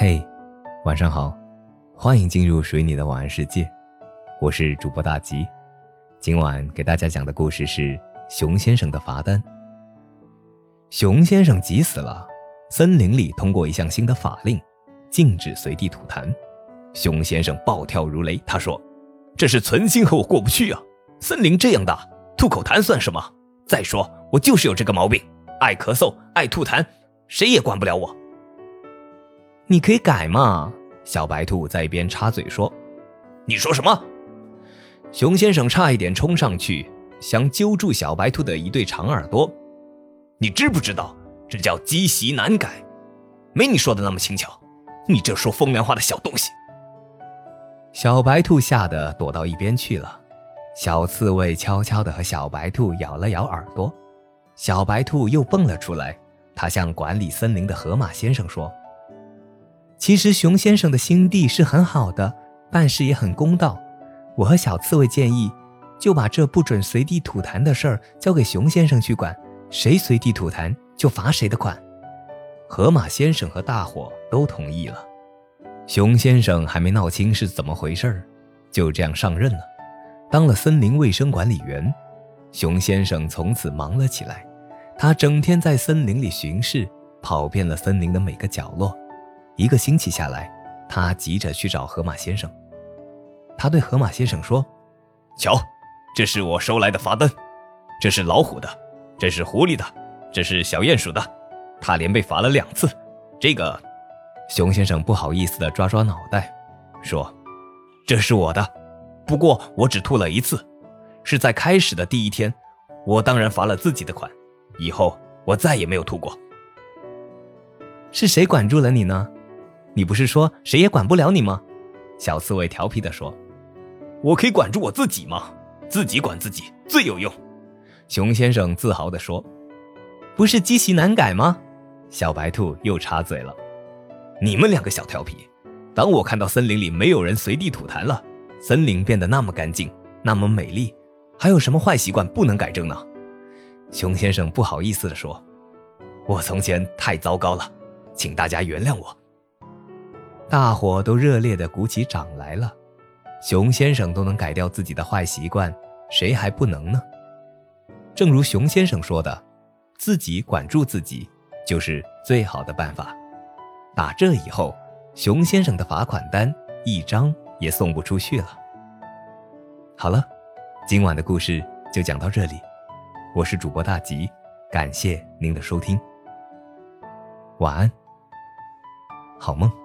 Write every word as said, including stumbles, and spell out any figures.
嘿，晚上好，欢迎进入属于你的晚安世界，我是主播大吉。今晚给大家讲的故事是熊先生的罚单。熊先生急死了，森林里通过一项新的法令，禁止随地吐痰。熊先生暴跳如雷，他说：这是存心和我过不去啊！森林这样大，吐口痰算什么？再说我就是有这个毛病，爱咳嗽爱吐痰，谁也管不了我。你可以改嘛，小白兔在一边插嘴说。你说什么？熊先生差一点冲上去，想揪住小白兔的一对长耳朵。你知不知道，这叫积习难改，没你说的那么轻巧，你这说风凉话的小东西。小白兔吓得躲到一边去了。小刺猬悄悄地和小白兔咬了咬耳朵。小白兔又蹦了出来，他向管理森林的河马先生说：其实熊先生的心地是很好的，办事也很公道。我和小刺猬建议，就把这不准随地吐痰的事儿交给熊先生去管，谁随地吐痰就罚谁的款。河马先生和大伙都同意了。熊先生还没闹清是怎么回事，就这样上任了，当了森林卫生管理员。熊先生从此忙了起来，他整天在森林里巡视，跑遍了森林的每个角落。一个星期下来，他急着去找河马先生。他对河马先生说：瞧，这是我收来的罚单，这是老虎的，这是狐狸的，这是小鼹鼠的，他连被罚了两次。这个……熊先生不好意思地抓抓脑袋，说：这是我的，不过我只吐了一次，是在开始的第一天，我当然罚了自己的款，以后我再也没有吐过。是谁管住了你呢？你不是说谁也管不了你吗？小刺猬调皮地说。我可以管住我自己吗？自己管自己最有用。熊先生自豪地说。不是积习难改吗？小白兔又插嘴了。你们两个小调皮，当我看到森林里没有人随地吐痰了，森林变得那么干净，那么美丽，还有什么坏习惯不能改正呢？熊先生不好意思地说。我从前太糟糕了，请大家原谅我。大伙都热烈地鼓起掌来了。熊先生都能改掉自己的坏习惯，谁还不能呢？正如熊先生说的，自己管住自己就是最好的办法。打这以后，熊先生的罚款单一张也送不出去了。好了，今晚的故事就讲到这里，我是主播大吉，感谢您的收听，晚安，好梦。